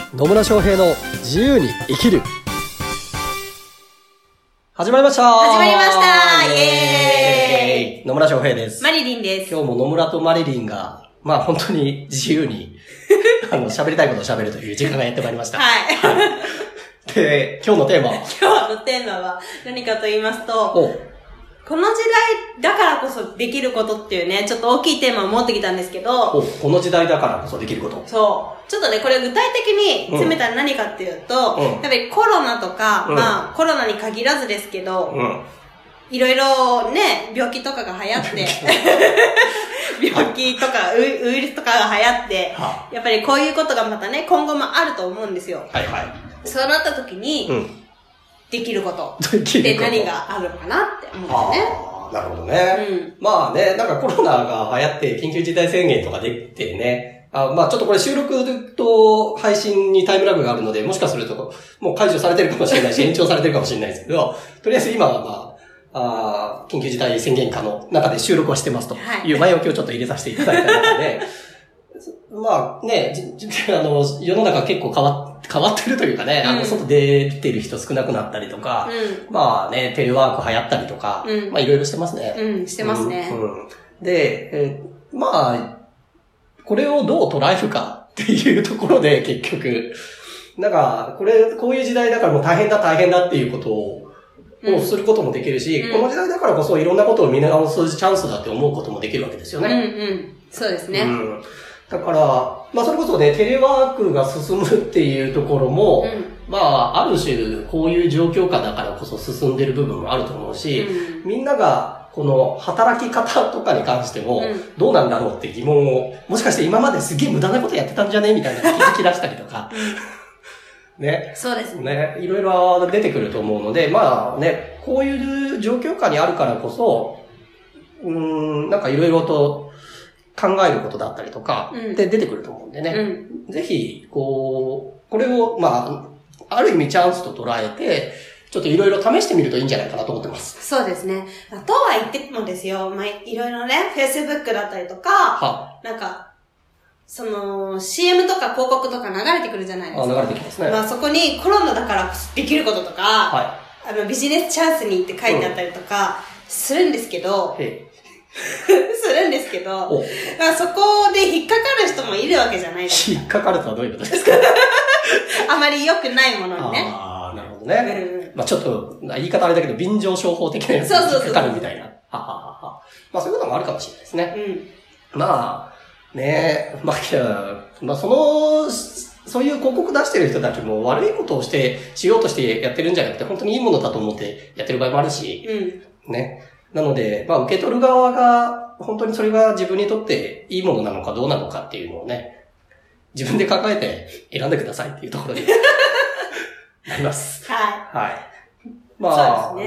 野村翔平の自由に生きる。始まりましたイエーイ。 野村翔平です。 マリリンです。 今日も野村とマリリンが、本当に自由に喋りたいことを喋るという時間がやってまいりました。 はい。 で、今日のテーマは何かと言いますと、この時代だからこそできることっていうね、ちょっと大きいテーマを持ってきたんですけど、 この時代だからこそできること。 そう。ちょっとね、これ具体的に詰めたら何かっていうと、やっぱりコロナとか、コロナに限らずですけど、いろいろね、病気とかが流行って、病気とかウイルスとかが流行って、やっぱりこういうことがまたね、今後もあると思うんですよ。 はいはい。 そうなった時に、できることって何があるのかなって思うんですね。 なるほどね。なんかコロナが流行って緊急事態宣言とかできてね、ちょっとこれ収録と配信にタイムラグがあるので、もしかするともう解除されてるかもしれないし、延長されてるかもしれないですけど、とりあえず今は緊急事態宣言下の中で収録をしてますという前置きをちょっと入れさせていただいた中で、世の中結構変わってるというかね、外出てる人少なくなったりとか、テレワーク流行ったりとか、いろいろしてますね。 してますね。 で、これをどう捉えるかっていうところで結局、こういう時代だからもう大変だっていうことをすることもできるし、この時代だからこそいろんなことを見直すチャンスだって思うこともできるわけですよね。 そうですね。 だから、それこそね、テレワークが進むっていうところも、ある種、こういう状況下だからこそ進んでる部分もあると思うし、みんなが、この働き方とかに関しても、どうなんだろうって疑問を、もしかして今まですげえ無駄なことやってたんじゃねみたいな気づき出したりとか、ね。 そうですね。 いろいろ出てくると思うので、こういう状況下にあるからこそ、いろいろと、考えることだったりとか、で出てくると思うんでね。ぜひ、これを、ある意味チャンスと捉えて、ちょっといろいろ試してみるといいんじゃないかなと思ってます。 そうですね。とは言ってもですよ、いろいろね、Facebook だったりとか、CM とか広告とか流れてくるじゃないですか。 流れてきますね。 そこにコロナだからできることとか、ビジネスチャンスにって書いてあったりとか、するんですけど、そこで引っかかる人もいるわけじゃないですか。 引っかかるとはどういうことですか？ あまり良くないものにね。 なるほどね。ちょっと、言い方あれだけど、便乗商法的なやつに引っかかるみたいな。そういうこともあるかもしれないですね。そういう広告出してる人たちも悪いことをしようとしてやってるんじゃなくて、本当にいいものだと思ってやってる場合もあるし、ね。なので、受け取る側が、本当にそれが自分にとっていいものなのかどうなのかっていうのをね、自分で考えて選んでくださいっていうところになります。 はい。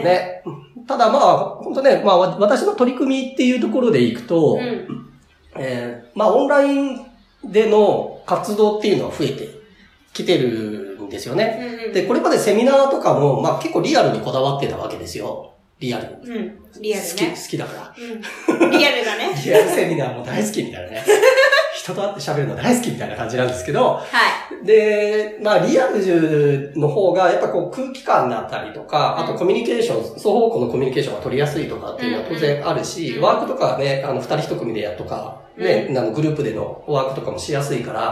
ね。ただ本当ね、私の取り組みっていうところでいくと、オンラインでの活動っていうのは増えてきてるんですよね。で、これまでセミナーとかも、結構リアルにこだわってたわけですよ。リアル。 リアルね。 好きだから。 リアルだね。 リアルセミナーも大好きみたいなね。人と会って喋るの大好きみたいな感じなんですけど。で、リアルの方がやっぱ空気感だったりとか、あとコミュニケーション、双方向のコミュニケーションが取りやすいとかっていうのは当然あるし、ワークとかね、二人一組でやとか、ね、グループでのワークとかもしやすいから、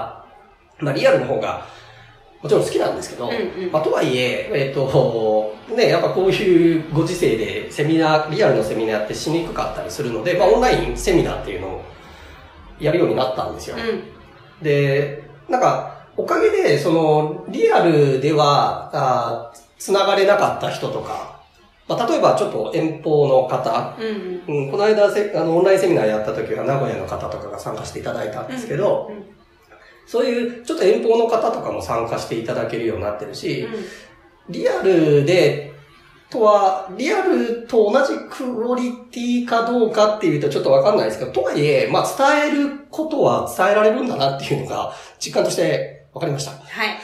リアルの方が、もちろん好きなんですけど、とはいえ、やっぱこういうご時世でリアルのセミナーってしにくかったりするので、オンラインセミナーっていうのをやるようになったんですよ。で、おかげで、リアルでは、繋がれなかった人とか、例えばちょっと遠方の方、この間、オンラインセミナーやった時は名古屋の方とかが参加していただいたんですけど、そういうちょっと遠方の方とかも参加していただけるようになってるし、リアルと同じクオリティかどうかっていうとちょっとわかんないですけど、とはいえ、伝えることは伝えられるんだなっていうのが実感としてわかりました。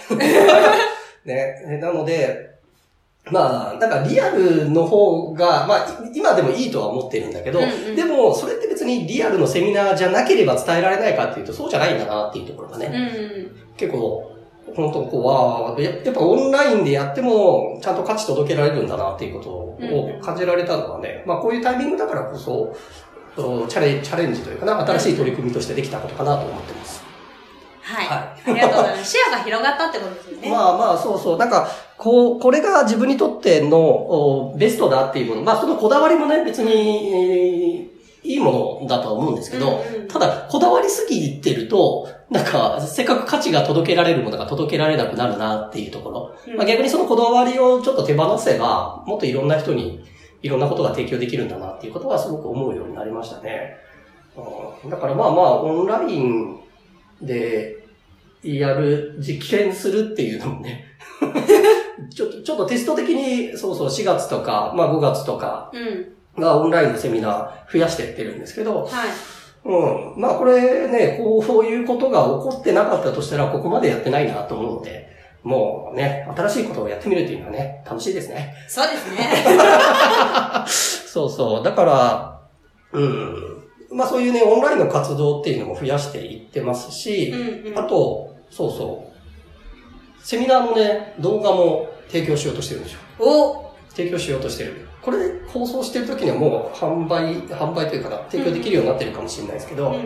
ね、なので、リアルの方が、今でもいいとは思ってるんだけど、でも、それって別にリアルのセミナーじゃなければ伝えられないかっていうと、そうじゃないんだなっていうところがね、結構本当こう、やっぱオンラインでやっても、ちゃんと価値届けられるんだなっていうことを感じられたのはね、まあこういうタイミングだからこそ、チャレンジというかな、新しい取り組みとしてできたことかなと思ってます。 はい。ありがとうございます。視野が広がったってことですよね。 まあ、そうそう。なんか、これが自分にとってのベストだっていうもの。まあ、そのこだわりもね、別に、いいものだとは思うんですけど、ただ、こだわりすぎてると、なんか、せっかく価値が届けられるものが届けられなくなるなっていうところ。まあ、逆にそのこだわりをちょっと手放せば、もっといろんな人にいろんなことが提供できるんだなっていうことはすごく思うようになりましたね。だからまあ、オンラインでやる、実験するっていうのもね、ちょっとテスト的に、そう4月とか、まあ5月とか、がオンラインのセミナー増やしていってるんですけど、まあこれね、こういうことが起こってなかったとしたら、ここまでやってないなと思うので、もうね、新しいことをやってみるっていうのはね、楽しいですね。 そうですね。 そう。だから、まあそういうね、オンラインの活動っていうのも増やしていってますし、あと、セミナーのね、動画も提供しようとしてるんですよ。提供しようとしてる。これ放送してる時にはもう販売というかな、提供できるようになってるかもしれないですけど、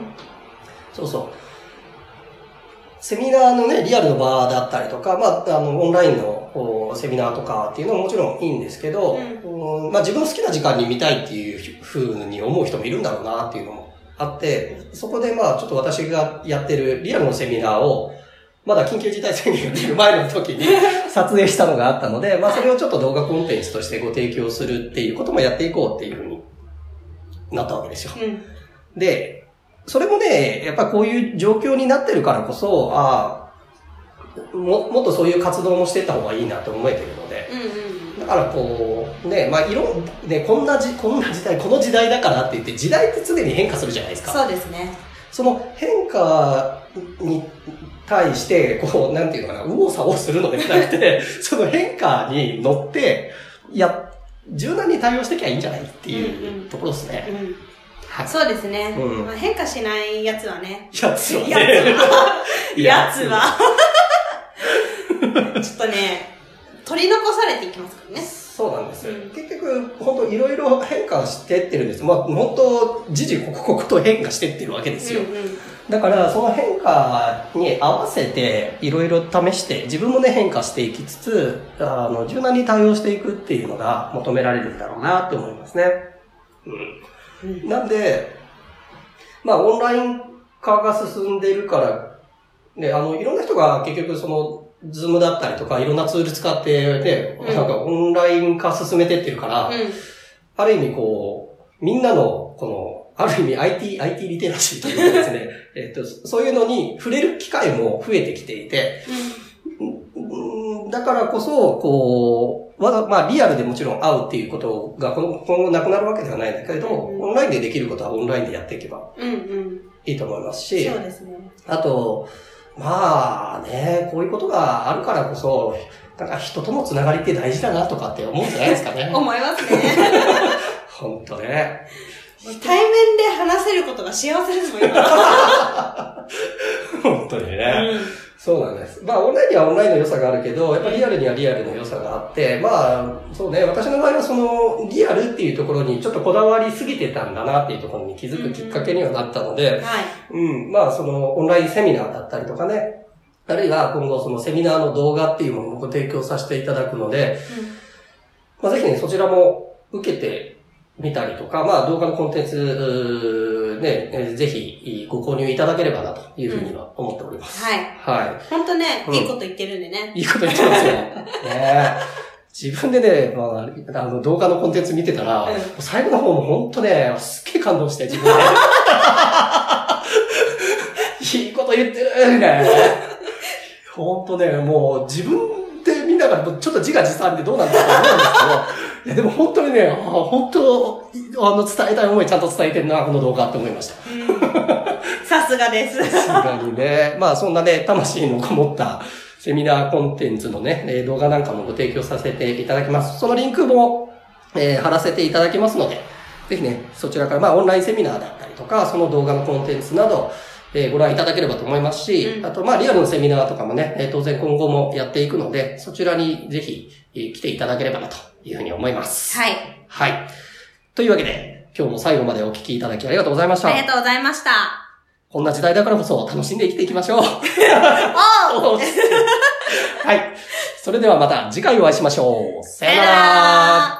セミナーのね、リアルの場だったりとか、まあ、オンラインのセミナーとかっていうのももちろんいいんですけど、まあ自分の好きな時間に見たいっていう風に思う人もいるんだろうなっていうのもあって、そこでまあちょっと私がやってるリアルのセミナーを、まだ緊急事態宣言が出る前の時に撮影したのがあったので、まあそれをちょっと動画コンテンツとしてご提供するっていうこともやっていこうっていう風になったわけですよ。で、それもね、やっぱこういう状況になってるからこそ、もっとそういう活動もしていった方がいいなと思えてるので、だからこう、ね、まあこんな時代、この時代だからって言って、時代って常に変化するじゃないですか。 そうですね。 その変化に対して、こう、なんていうのかな、右往左往するのではなくて、その変化に乗って、柔軟に対応してきゃいいんじゃないっていうところですね。 そうですね。まあ、変化しないやつはね。 やつは。 ちょっとね、取り残されていきますからね。 そうなんです。結局、本当いろいろ変化してってるんです。まあ、本当刻々と変化してってるわけですよ。だから、その変化に合わせて、いろいろ試して、自分もね、変化していきつつ、柔軟に対応していくっていうのが求められるんだろうなって思いますね。なんで、まあ、オンライン化が進んでいるから、ね、いろんな人が結局ズームだったりとか、いろんなツール使ってね、なんかオンライン化進めてってるから、ある意味みんなの、ある意味 IT リテラシーというかですね、そういうのに触れる機会も増えてきていて、だからこそ、まあリアルでもちろん会うっていうことが今後なくなるわけではないんだけれど、オンラインでできることはオンラインでやっていけばいいと思いますし、 そうですね。 あと、まあね、こういうことがあるからこそ、なんか人とのつながりって大事だなとかって思うんじゃないですかね。 思いますね。 ほんとね。 対面で話せることが幸せですもん、今。 本当にね。そうなんです。まあ、オンラインにはオンラインの良さがあるけど、やっぱりリアルにはリアルの良さがあって、まあ、そうね、私の場合はリアルっていうところにちょっとこだわりすぎてたんだなっていうところに気づくきっかけにはなったので、まあ、オンラインセミナーだったりとかね、あるいは今後セミナーの動画っていうものをご提供させていただくので、まあ、ぜひね、そちらも受けてみたりとか、まあ、動画のコンテンツ、ね、ぜひご購入いただければなというふうには思っております。 本当ね、いいこと言ってるんでね。 いいこと言ってますよ。自分でね、まあ、動画のコンテンツ見てたら、最後の方も本当ね、すっげえ感動して、自分で。いいこと言ってるね。本当ね、もう自分で見ながら、ちょっと自画自賛でどうなんだと思うんですけど、いやでも本当にね、本当、伝えたい思いちゃんと伝えてるな、この動画って思いました。 さすがです。 さすがにね。まあそんなね、魂のこもったセミナーコンテンツのね、動画なんかもご提供させていただきます。そのリンクも、貼らせていただきますので、ぜひね、そちらから、まあオンラインセミナーだったりとか、その動画のコンテンツなど、 ご覧いただければと思いますし、あと、リアルのセミナーとかもね、当然今後もやっていくので、そちらにぜひ、来ていただければなというふうに思います。はい。はい。というわけで、今日も最後までお聞きいただきありがとうございました。 ありがとうございました。 こんな時代だからこそ楽しんで生きていきましょう。はい。それではまた次回お会いしましょう。さよなら。